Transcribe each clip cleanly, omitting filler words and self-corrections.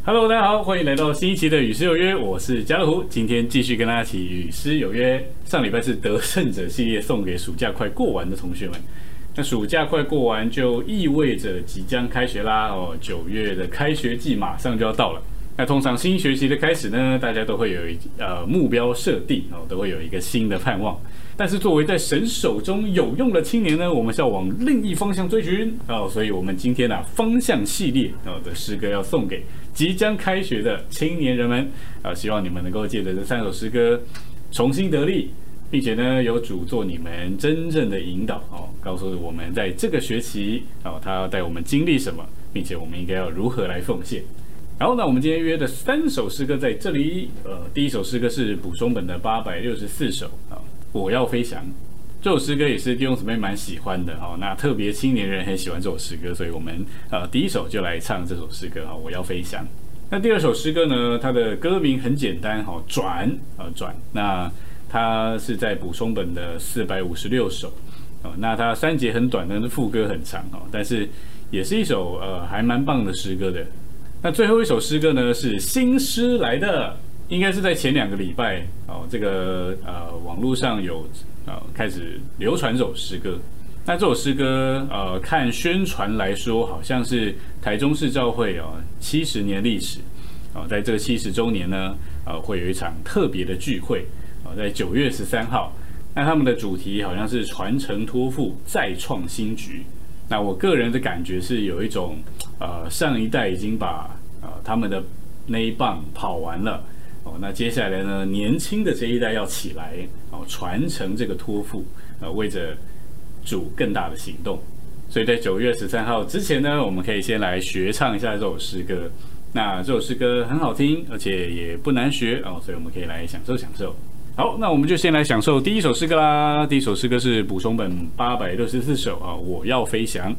Hello， 大家好，欢迎来到新一期的与诗有约，我是家乐福，今天继续跟大家一起与诗有约。上礼拜是得胜者系列，送给暑假快过完的同学们。那暑假快过完，就意味着即将开学啦哦，9月的开学季马上就要到了。那通常新学期的开始呢，大家都会有目标设定哦，都会有一个新的盼望。但是作为在神手中有用的青年呢，我们是要往另一方向追寻哦，所以我们今天方向系列的诗歌要送给即将开学的青年人们希望你们能够借着这3首诗歌重新得力，并且呢有主做你们真正的引导哦，告诉我们在这个学期他要带我们经历什么，并且我们应该要如何来奉献。好，那我们今天约的3首诗歌在这里，第一首诗歌是补充本的864首我要飞翔。这首诗歌也是弟兄姊妹蛮喜欢的那特别青年人很喜欢这首诗歌，所以我们第一首就来唱这首诗歌我要飞翔。那第二首诗歌呢，它的歌名很简单转。那它是在补充本的456首那它3节很短，但是副歌很长但是也是一首还蛮棒的诗歌的。那最后一首诗歌呢是新诗来的，应该是在前2个礼拜这个网络上有开始流传这首诗歌。那这首诗歌看宣传来说，好像是台中市教会70年历史在这个70周年呢会有一场特别的聚会在9月13号。那他们的主题好像是传承托付，再创新局。那我个人的感觉是有一种上一代已经把他们的那一棒跑完了那接下来呢，年轻的这一代要起来传承这个托付为着主更大的行动。所以在9月13号之前呢，我们可以先来学唱一下这首诗歌。那这首诗歌很好听，而且也不难学所以我们可以来享受享受。好，那我们就先来享受第一首诗歌啦。第一首诗歌是补充本864首我要飞翔。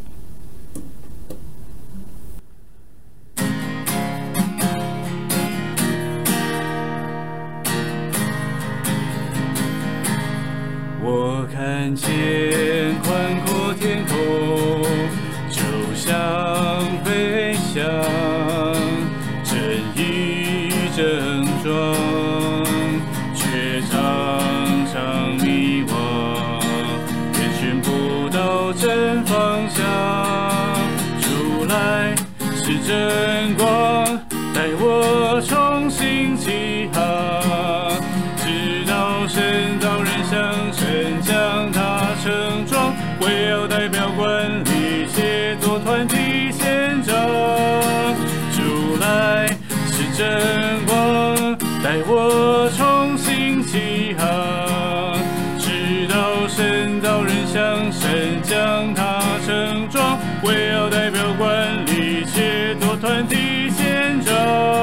我看见宽阔天空，就像飞翔，正义症状，却常常迷惘，愿宣布到正方向，出来是真光，带我重新起航，直到神造人像神将它盛装，为要代表管理协作团体献上，出来是真光，带我重新起航，直到神造人像神将它盛装，为要代表管理协作团体献上，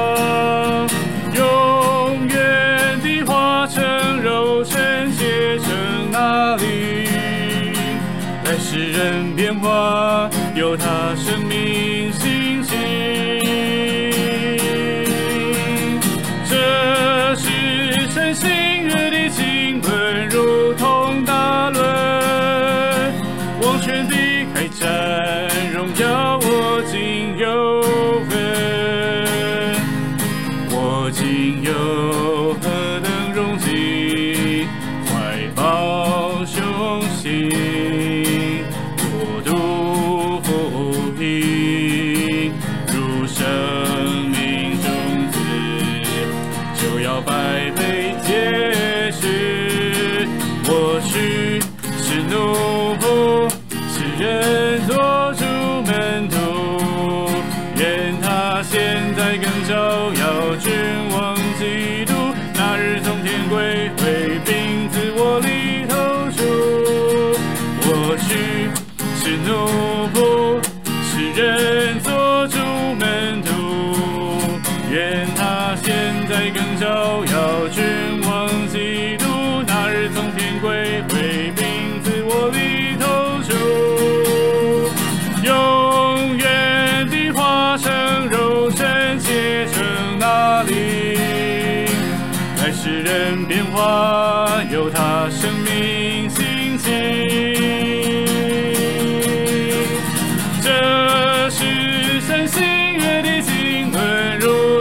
永远地化成肉身写成那里，来使人变化，有他生命信息。这是诚心约的经纶，如同大轮，往全地开展，荣耀我今有份，我今有何等荣景，怀抱雄心，国度福音，如生命种子，就要百倍结实。我去是奴仆，是人做主门徒，愿他现在更照耀君王基督，那日从天归回，并自我里头出。我去是奴仆，是人做主门徒，愿他现在更照耀君王基督，那日从天归回，并自我里头出，永远地化成肉身写成那里，来使人变化，有他生命信息。这是神新约的经纶，如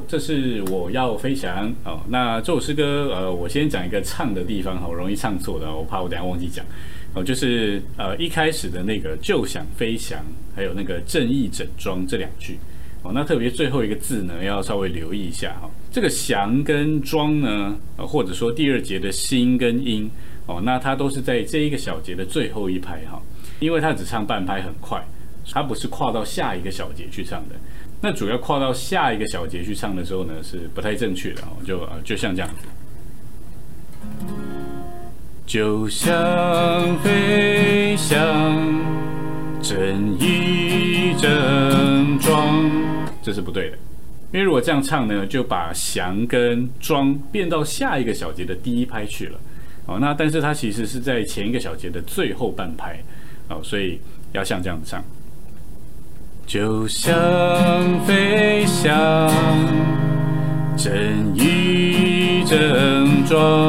这是我要飞翔哦。那这首诗歌，我先讲一个唱的地方，好容易唱错的，我怕我等一下忘记讲。哦，就是一开始的那个就想飞翔，还有那个正义整装这2句。哦，那特别最后一个字呢，要稍微留意一下哈。这个翔跟装呢，或者说第2节的心跟音，哦，那它都是在这一个小节的最后一拍哈，因为它只唱半拍很快，它不是跨到下一个小节去唱的。那主要跨到下一个小节去唱的时候呢，是不太正确的哦，就像这样子。就像飞翔，正义正装，这是不对的。因为如果这样唱呢，就把翔跟装变到下一个小节的第1拍去了。哦，那但是它其实是在前一个小节的最后半拍，哦，所以要像这样子唱。就像飞翔，正义正装。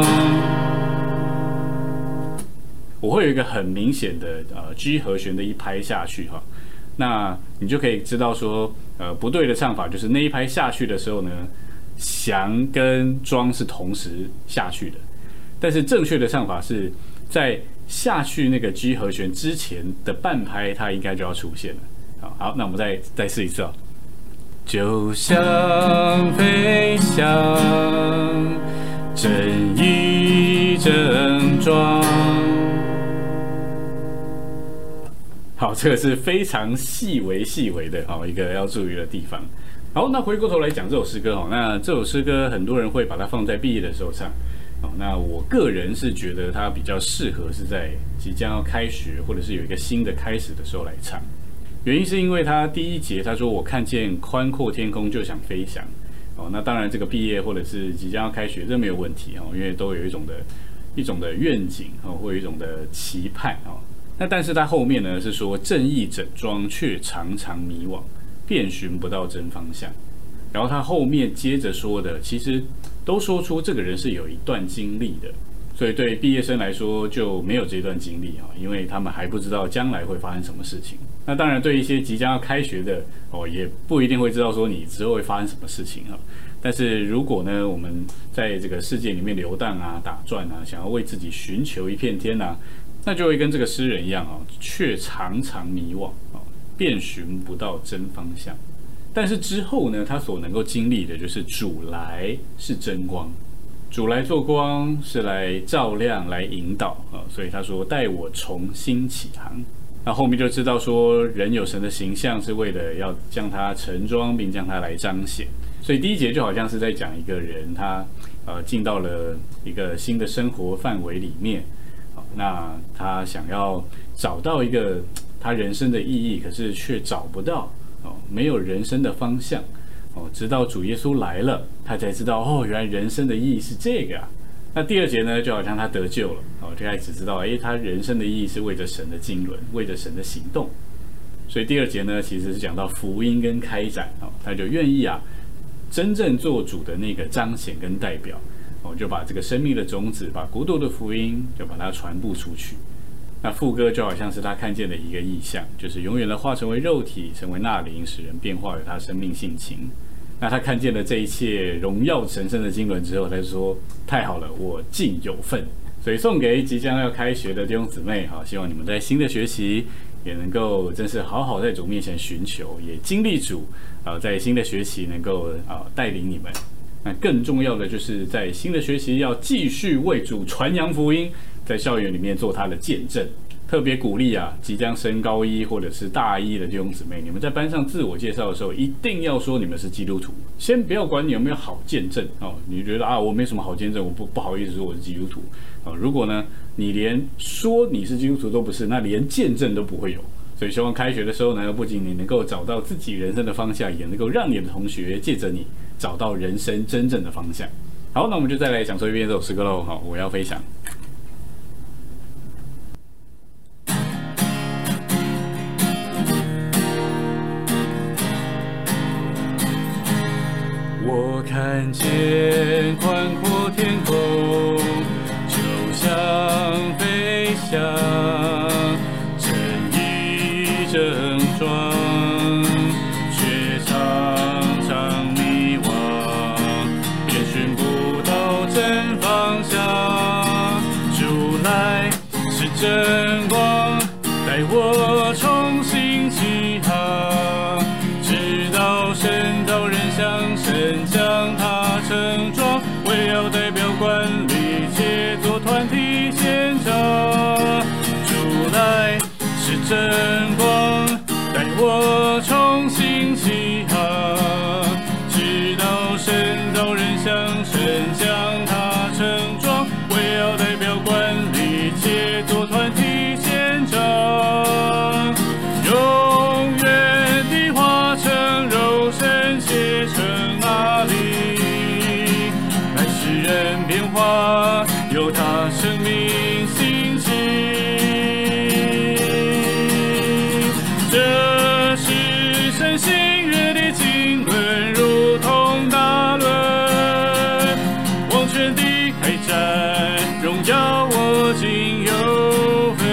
我会有一个很明显的G 和弦的一拍下去哈，那你就可以知道说不对的唱法就是那一拍下去的时候呢，翔跟装是同时下去的，但是正确的唱法是在下去那个 G 和弦之前的半拍它应该就要出现了。好，那我们再试一次哦。就像飞翔，正义正装。好，这个是非常细微的一个要注意的地方。好，那回过头来讲这首诗歌那这首诗歌很多人会把它放在毕业的时候唱。那我个人是觉得它比较适合是在即将要开学或者是有一个新的开始的时候来唱。原因是因为它第1节他说我看见宽阔天空就想飞翔。那当然这个毕业或者是即将要开学这没有问题因为都有一种的愿景或有一种的期盼那但是它后面呢是说正义整装却常常迷惘，遍寻不到真方向。然后他后面接着说的，其实都说出这个人是有一段经历的，所以对毕业生来说就没有这段经历因为他们还不知道将来会发生什么事情。那当然对一些即将要开学的也不一定会知道说你之后会发生什么事情但是如果呢我们在这个世界里面游荡打转想要为自己寻求一片天那就会跟这个诗人一样却常常迷惘遍寻不到真方向。但是之后呢，他所能够经历的就是主来是真光，主来做光是来照亮来引导所以他说带我重新起航。那后面就知道说人有神的形象是为了要将它盛装并将它来彰显。所以第1节就好像是在讲一个人他进到了一个新的生活范围里面那他想要找到一个他人生的意义，可是却找不到没有人生的方向直到主耶稣来了，他才知道原来人生的意义是这个那第2节呢，就好像他得救了就开始知道他人生的意义是为着神的经纶，为着神的行动。所以第2节呢，其实是讲到福音跟开展他就愿意真正做主的那个彰显跟代表就把这个生命的种子，把国度的福音就把它传播出去。那副歌就好像是他看见的一个意象，就是永远的化成为肉体，成为那灵，使人变化有他生命性情。那他看见了这一切荣耀神圣的经纶之后，他就说太好了，我尽有份。所以送给即将要开学的弟兄姊妹希望你们在新的学期也能够真是好好在主面前寻求，也经历主在新的学期能够带领你们。那更重要的就是在新的学期要继续为主传扬福音，在校园里面做他的见证。特别鼓励即将升高1或者是大1的弟兄姊妹，你们在班上自我介绍的时候一定要说你们是基督徒，先不要管你有没有好见证你觉得我没什么好见证，我不好意思说我是基督徒如果呢你连说你是基督徒都不是，那连见证都不会有。所以希望开学的时候呢，不仅你能够找到自己人生的方向，也能够让你的同学借着你找到人生真正的方向。好，那我们就再来享受一遍这首诗歌喽。我要飞翔。我看见宽阔天空，就像飞翔，正义正装，却常常迷惘。 真光带我重新起航，直到神道人向神将他盛装，为要代表管理协作团体献上。主来是真光带我重新起航，直到神造人向神将他盛装，为要代表管理协作团体献上。永远地化成肉身写成那里，来使人变化，有他生命兴起。这是神新约的经纶，如同大轮，往全地开展，荣耀我今有份。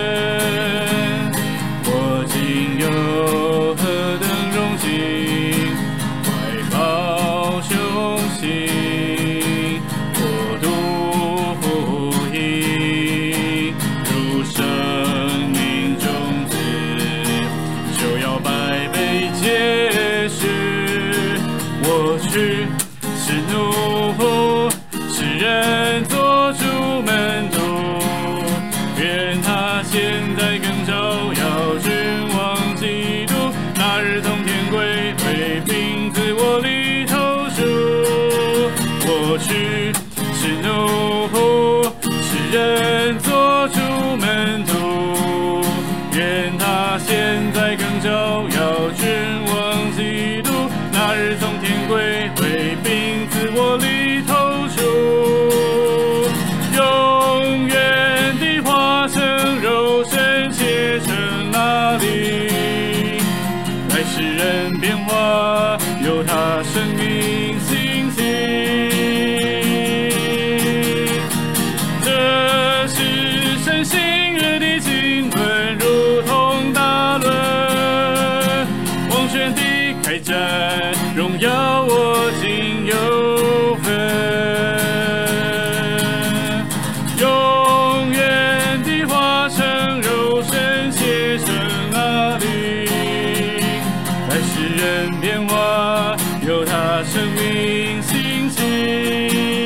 我今有何等荣幸，怀抱雄心，国度福音，如生命种子，就要百倍结实。我去是奴仆，是人做主门徒，愿他现在更照耀君王基督，那日从天归回，并自我里头数。我去是奴仆，是人做主门徒，愿他现在更照耀君王基督，那日从天归回，并自我里头数。永远地化成肉身写成那里，来使人变化，有他生命兴起。这是神新约的经纶，如同大轮，往全地开展，荣耀我今有份。永远地化成肉身写成那里，来使人变化，有他生命兴起。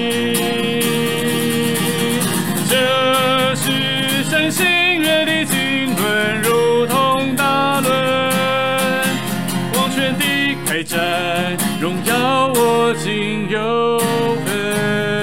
这是神新约的经纶，如同大轮，往全地开展，荣耀我今有份。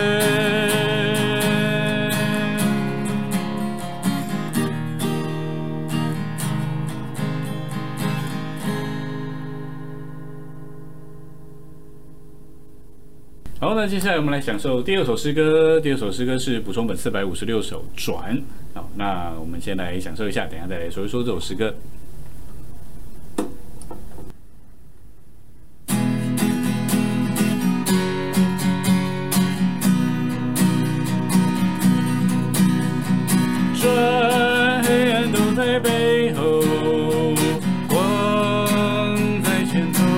好，那接下来我们来享受第二首诗歌。第二首诗歌是补充本456首转。好，那我们先来享受一下，等一下再来说一说这首诗歌。转，黑暗都在背后，光在前头。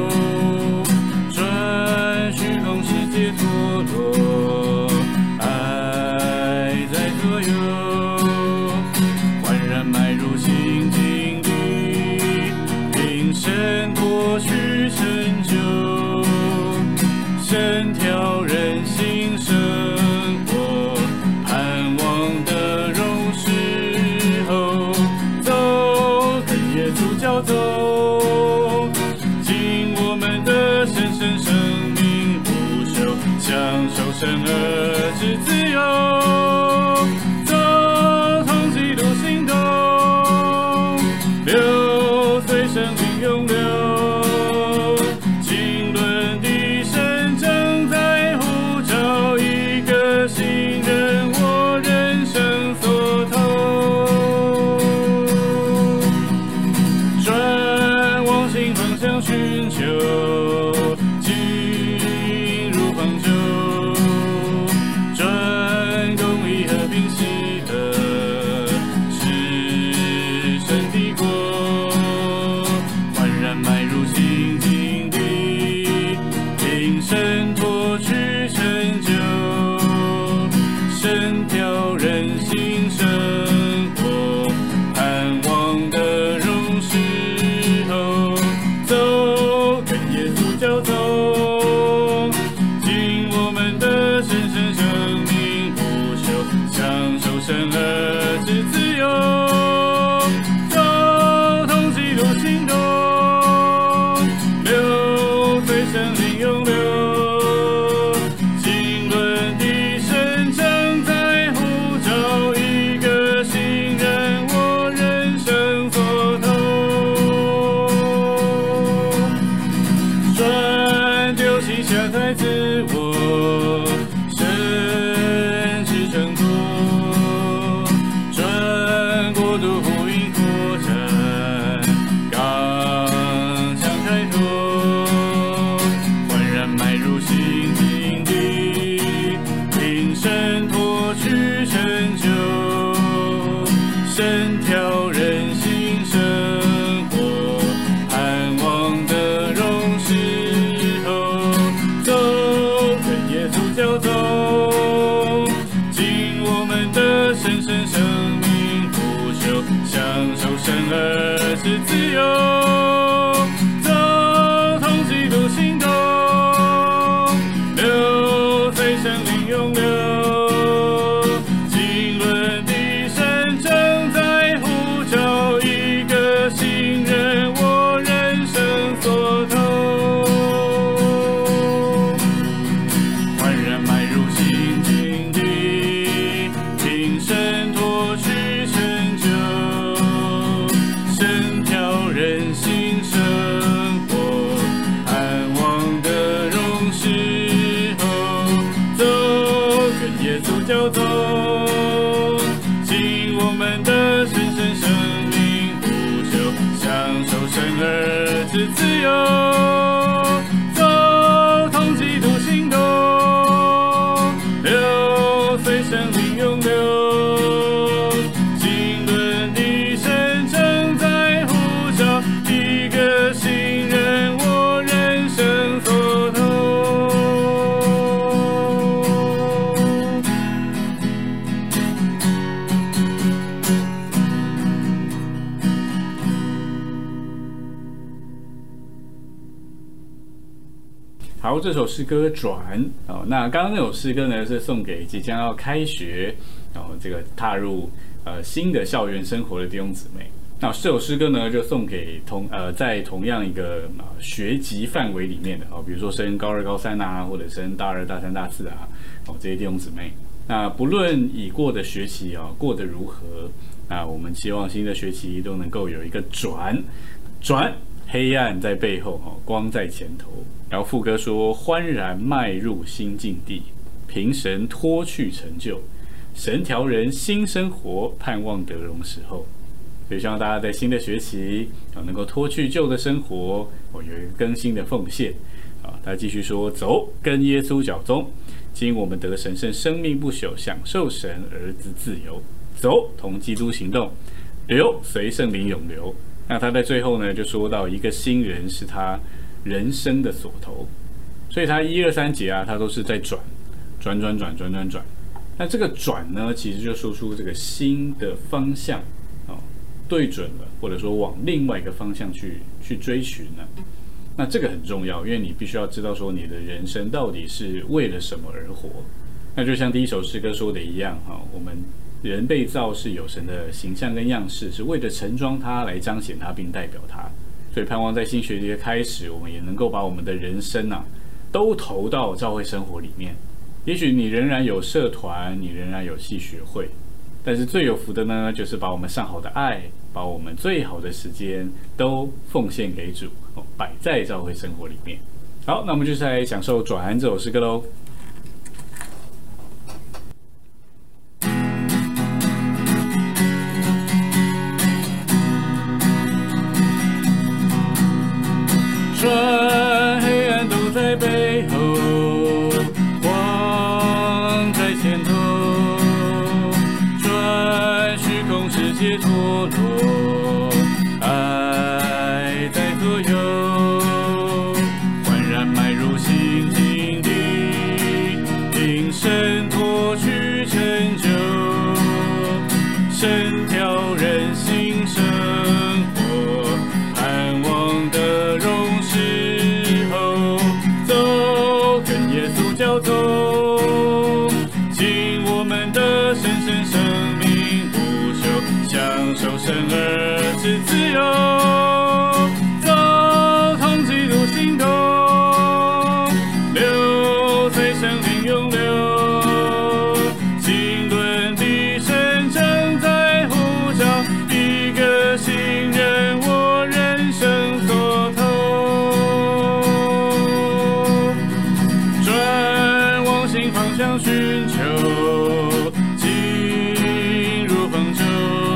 转，虚空世界脱落，爱在左右。焕然迈入心境里，凭神夺取成就，神调人心生活，盼望的荣时候，走跟耶稣脚走，尽我们的神圣生命不朽，享受神儿之自由，走同基督行动，流随生命永流。经纶的神正在呼召一个新人，我人生所投。转，往新方向寻求，进入方舟。转，公义和平喜乐，是神的国。焕然迈入新境地，凭神夺取成就，神调人心生生而知自由，走同基督行动，流随生命永流。经纶的神正在呼召一个新人，我人生所投。转丢弃下太自我，神是承托，转国度呼应扩展，刚强开拓，焕然迈入新境地，凭神托去成就，神调人心生活，盼望的荣时候，走跟耶稣交走，尽我们的神圣生命不朽，享受生而知自由，走同基督行动，流随生命永流。经纶的神正在呼召一个新人，我人生所投，焕然迈入新境地，凭神托去成就，神调人心生活，盼望的荣时候，走跟耶稣交走，尽我们的神圣生命不朽，享受生而知自由，走同基督行动，流随生命永流。经纶的神正在呼召一个新人，我人生所投。好，这首诗歌转哦，那刚刚那首诗歌呢是送给即将要开学这个踏入新的校园生活的弟兄姊妹。那这首诗歌呢就送给在同样一个学籍范围里面的比如说升高二、高三啊，或者升大二、大三、大四啊这些弟兄姊妹。那不论已过的学期过得如何，那我们希望新的学期都能够有一个转，黑暗在背后，光在前头。然后副歌说：欢然迈入新境地，凭神托去成就，神调人新生活，盼望得荣时候。所以希望大家在新的学期能够脱去旧的生活，有一个更新的奉献。他继续说：走，跟耶稣脚踪，经我们得神圣生命不朽，享受神儿子自由。走，同基督行动，流随圣灵永流。那他在最后呢，就说到一个新人是他人生的所投，所以他1、2、3节他都是在转。那这个转呢，其实就说出这个新的方向对准了，或者说往另外一个方向去追寻呢。那这个很重要，因为你必须要知道说你的人生到底是为了什么而活。那就像第一首诗歌说的一样我们人被造是有神的形象跟样式，是为了盛装他，来彰显他并代表他。所以盼望在新学期的开始，我们也能够把我们的人生都投到教会生活里面。也许你仍然有社团，你仍然有系学会，但是最有福的呢，就是把我们上好的爱，把我们最好的时间都奉献给主，摆在教会生活里面。好，那我们就来享受《转安》这首诗歌喽。转，黑暗都在背后，光在前头。转，虚空世界脱落，爱在左右。焕然迈入新境地，凭神托去成就，神调人心生活，盼望的荣时候，走跟耶稣交走，尽我们的神圣生命儿子自由，走同基督心头，留随生命永留。经纶的神正在呼召一个新人，我人生所投。转往新方向寻求，进入方舟，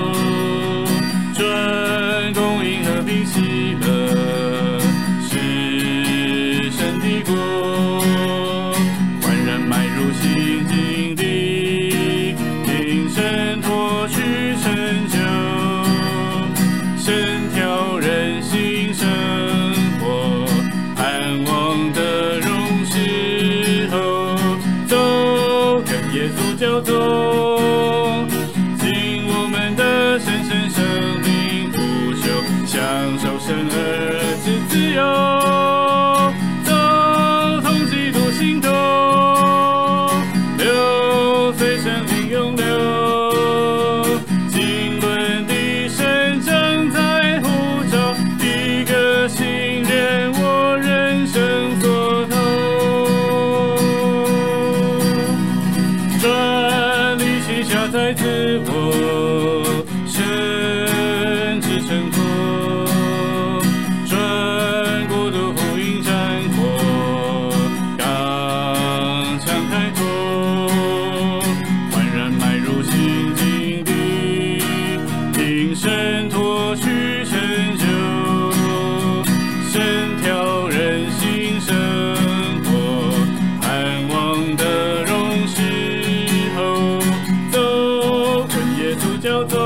转供应和平喜乐，是神的国，焕然迈入新境地，听神托去成就，神调人心生活，盼望的荣时候，走跟耶稣交走，尽我们的神圣生命不朽，享受神儿子自由，走同基督心头，留随生命永留。经纶的神正在呼召一个新人，我人生所投。转力气下在自我，神之承托，转国度福音战火，刚强开拓，焕然迈入新境地，听神托去成就，神调人心生活，盼望的荣时候，走跟耶稣交走，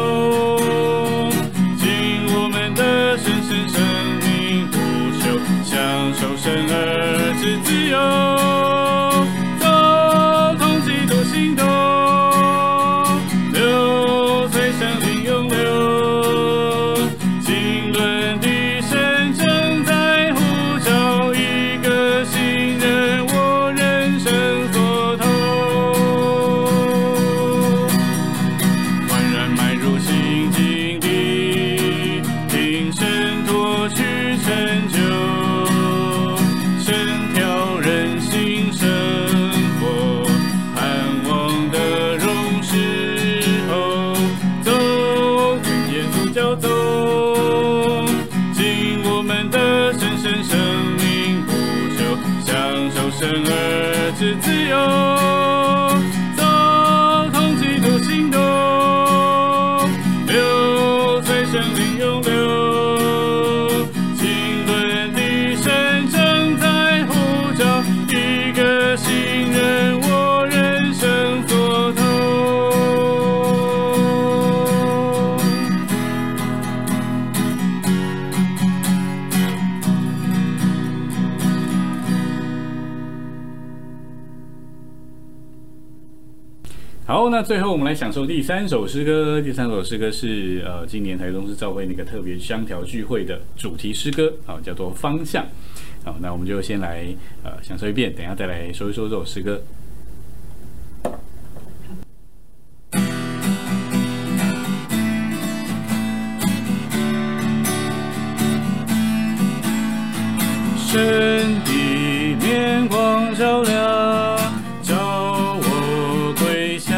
尽我们的神圣生命不朽，享受神儿子自由，走同基督心头，留随生命永留。经纶的神正在呼召一个新人，我人生所投。焕然迈入新境地，听神托去成就，神调人心生活，盼望的荣时候，走跟耶稣交走，尽我们的神圣生命不朽，享受神儿子自由，走同基督心头，留随生命永留。经纶的神正在呼召一个新人，我人生所投。好，那最后我们来享受第三首诗歌。第三首诗歌是今年台中市教会那个特别香调聚会的主题诗歌，叫做方向。好，那我们就先来享受一遍，等一下再来说一说这首诗歌。神的面光照亮，照我归向，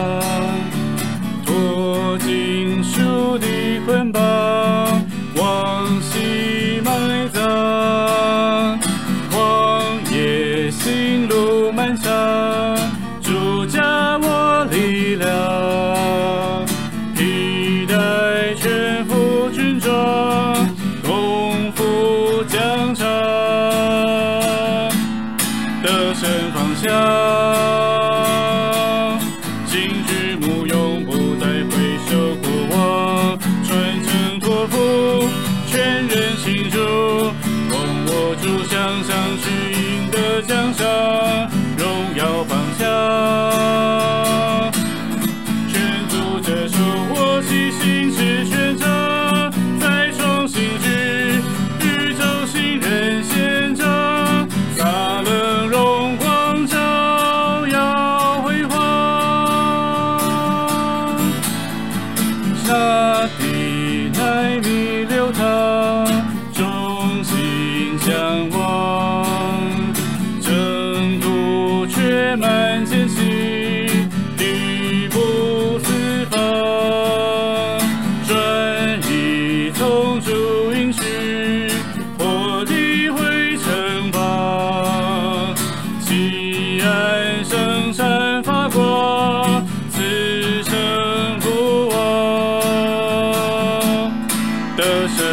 脱尽属的捆绑，往昔埋葬，旷野行路漫长，主加我力量，披戴全副军装，功夫疆场，得胜方向，金举目永不再回首过往，传承托付全人心主，望我主向上去赢得奖赏，荣耀方向，全族这手握起心事全场，再创新局，宇宙新人宪章，撒冷荣光照耀辉煌。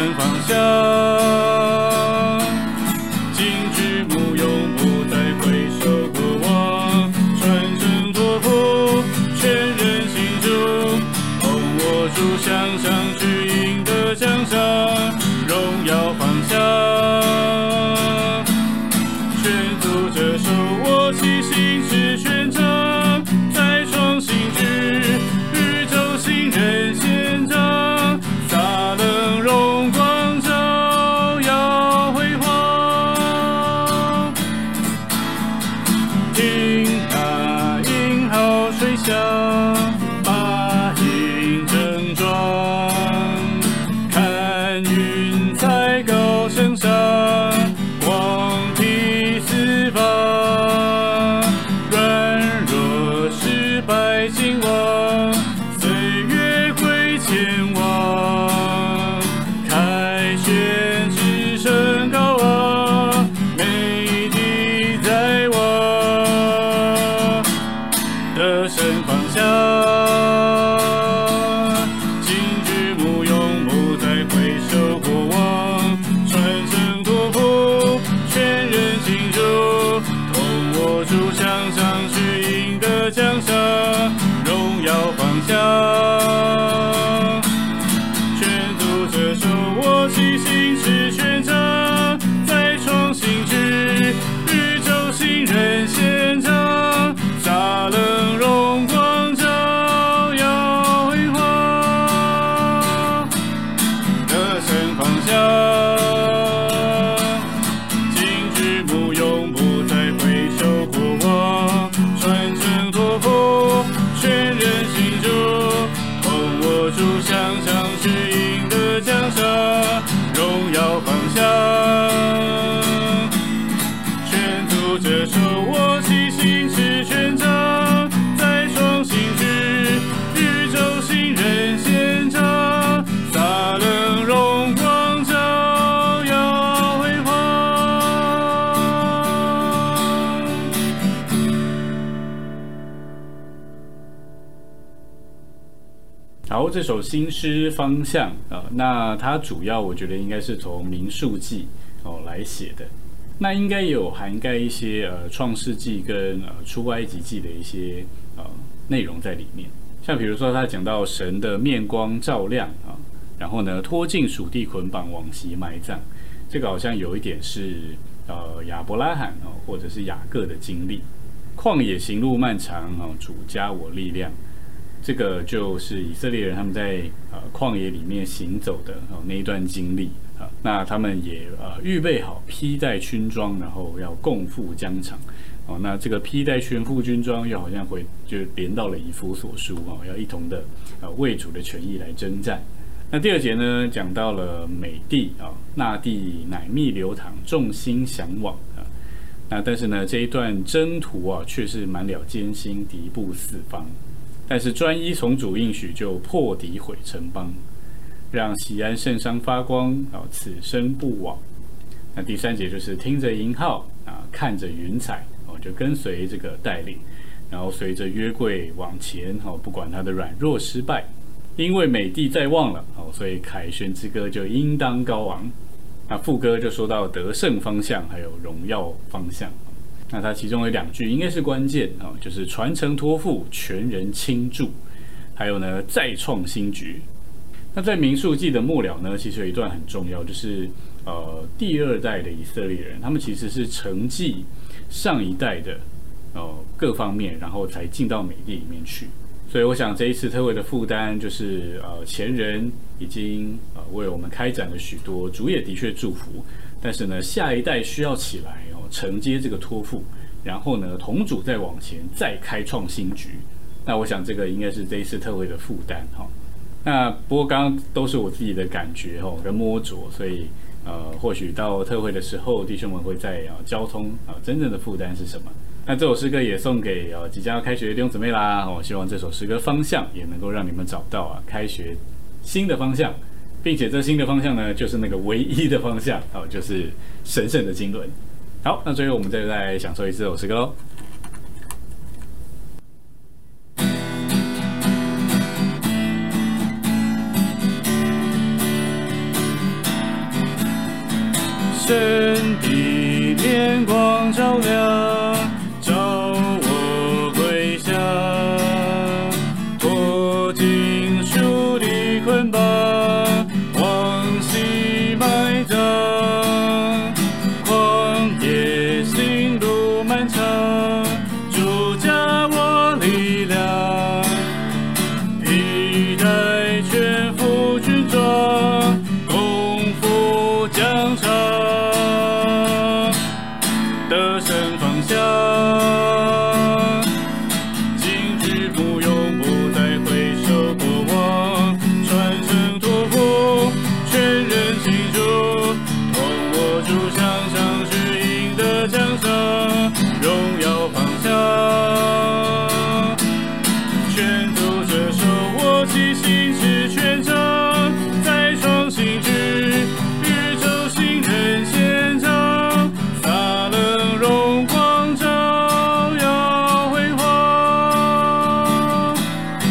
胜方向。金枝木永不再回首过往，传承托付全人心中，捧握住向上去赢得奖赏，荣耀方向。全组着手握起心事全场，再创新局，宇宙新人宪章，撒冷荣光照耀辉煌。听那鹰号吹响，八音正壮，看云彩高声上，光披四方。软弱失败兴亡，岁月归前往。凯旋只身高昂，美帝在望。得胜方向，金枝木永不再回首过往，传承托付全人心中，捧握住向上去赢得奖赏，荣耀方向。全组着手握起心事全场，再创新局，宇宙新人宪章，撒冷荣光照耀辉煌。得胜方向，金枝木永不再回首过往，传承托付全人心中，捧握住向上去赢得奖赏，荣耀方向。全组着手握起心事全场，再创新局，宇宙新人宪章，撒冷荣光照耀辉煌。好，这首新诗方向那它主要我觉得应该是从民数记来写的，那应该也有涵盖一些创世纪跟出埃及记的一些内容在里面，像比如说他讲到神的面光照亮然后呢拖进属地捆绑往昔埋葬，这个好像有一点是亚伯拉罕或者是雅各的经历。旷野行路漫长主加我力量，这个就是以色列人他们在旷野里面行走的那一段经历那他们也预备好披戴军装，然后要共赴疆场那这个披戴全副军装又好像就连到了以弗所书要一同的为主的权益来征战。那第二节呢讲到了美地那地乃蜜流淌，众心向往那但是呢这一段征途却是满了艰辛，敌布四方。但是专一从主应许，就破敌毁城邦，让西安圣商发光此生不枉。那第三节就是听着银号看着云彩就跟随这个带领，然后随着约柜往前不管他的软弱失败，因为美地在望了所以凯旋之歌就应当高昂。那副歌就说到得胜方向还有荣耀方向，那它其中有两句应该是关键就是传承托付全人倾注，还有呢再创新局。那在民数记的末了呢，其实有一段很重要，就是第二代的以色列人，他们其实是承继上一代的各方面，然后才进到美地里面去。所以我想这一次特会的负担就是前人已经为我们开展了许多，主也的确祝福，但是呢下一代需要起来承接这个托付，然后呢同主再往前再开创新局。那我想这个应该是这一次特会的负担那不过刚刚都是我自己的感觉跟摸着，所以或许到特会的时候，弟兄们会在交通真正的负担是什么。那这首诗歌也送给即将要开学的弟兄姊妹啦希望这首诗歌方向也能够让你们找到开学新的方向，并且这新的方向呢就是那个唯一的方向就是神圣的经纶。好，那最后我们再来享受一次这首诗歌咯。 神的面光照亮，照我归向，脱尽属的捆绑，往昔埋葬，旷野行路漫长，主加我力量，披戴全副军装，功夫疆场，得胜方向，今日不永不再回首过往，传承托付，全人庆祝，同我主向上去赢得奖赏，荣耀方向，全都着手握起心持全场，再创新局，宇宙新人宪章，撒冷荣光照耀辉煌，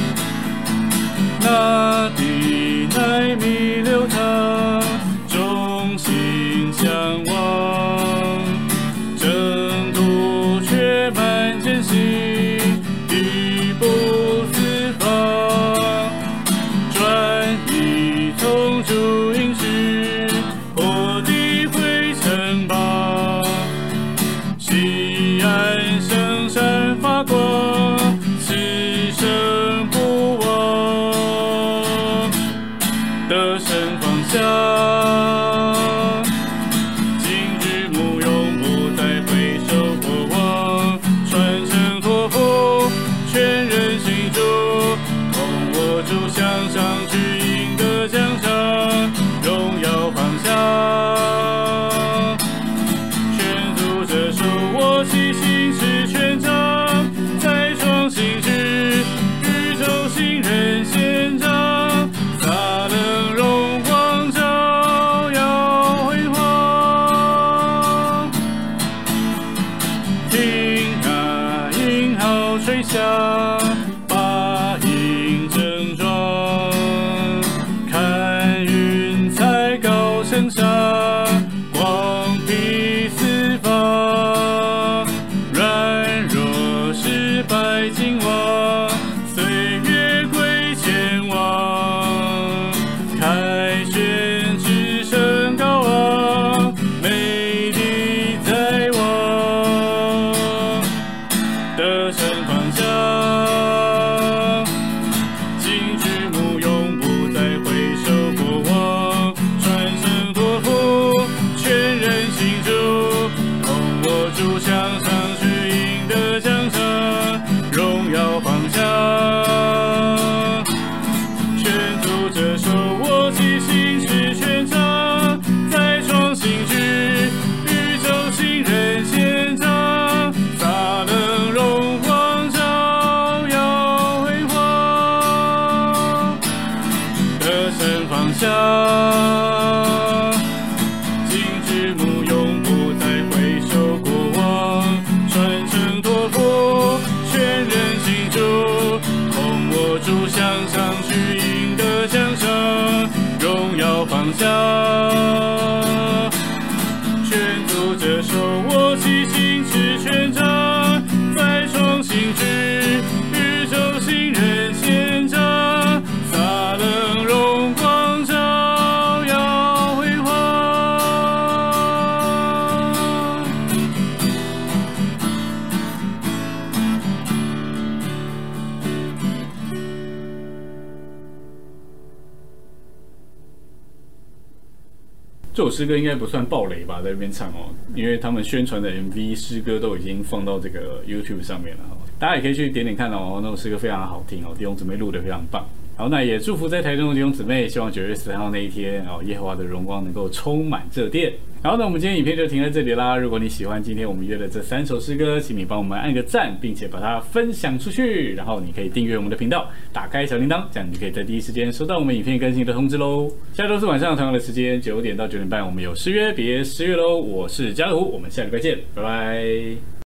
那地乃弥流淌，众心向往，征途却满艰辛，一步四方，转移从主应许，破敌毁城邦，西安圣山发光，此生不忘，得胜方向，今日慕永不再回首过往，传承托付，全人庆祝，同我主向上去赢得奖赏，荣耀方向，全族着手握起心持全场，再创新局，宇宙新人宪章，撒冷荣光照耀辉煌，听那鹰号吹响，八音正壮，看云彩高升上，光披四方，软弱是百姓王，岁月归前往，凯旋只身高昂，美丽在望，得胜方向，今日慕永不再回首过往，传承托付，全人庆祝，同我主向上去赢得奖赏，荣耀方向，全族着手握起心持全场，再创新局，宇宙新人宪章，撒冷荣光照耀辉煌，得胜方向，今日慕永不再回首过往，传承托付，全人庆祝，同我主向上去赢得奖赏，荣耀方向，全族着手握起心持全场，再创新局，宇宙新人宪章，撒冷荣光照耀辉煌。这首诗歌应该不算爆雷吧，在这边唱哦，因为他们宣传的 MV 诗歌都已经放到这个 YouTube 上面了哦，大家也可以去点点看哦，那首诗歌非常好听哦，弟兄姊妹录得非常棒。好，那也祝福在台中的弟兄姊妹，希望9月13号那一天哦，耶和华的荣光能够充满这殿。好，那我们今天影片就停在这里啦。如果你喜欢今天我们约的这3首诗歌，请你帮我们按个赞，并且把它分享出去。然后你可以订阅我们的频道，打开小铃铛，这样你就可以在第一时间收到我们影片更新的通知喽。下周四晚上同样的时间9点到9点半，我们有诗约，别失约喽。我是家乐虎，我们下礼拜见，拜拜。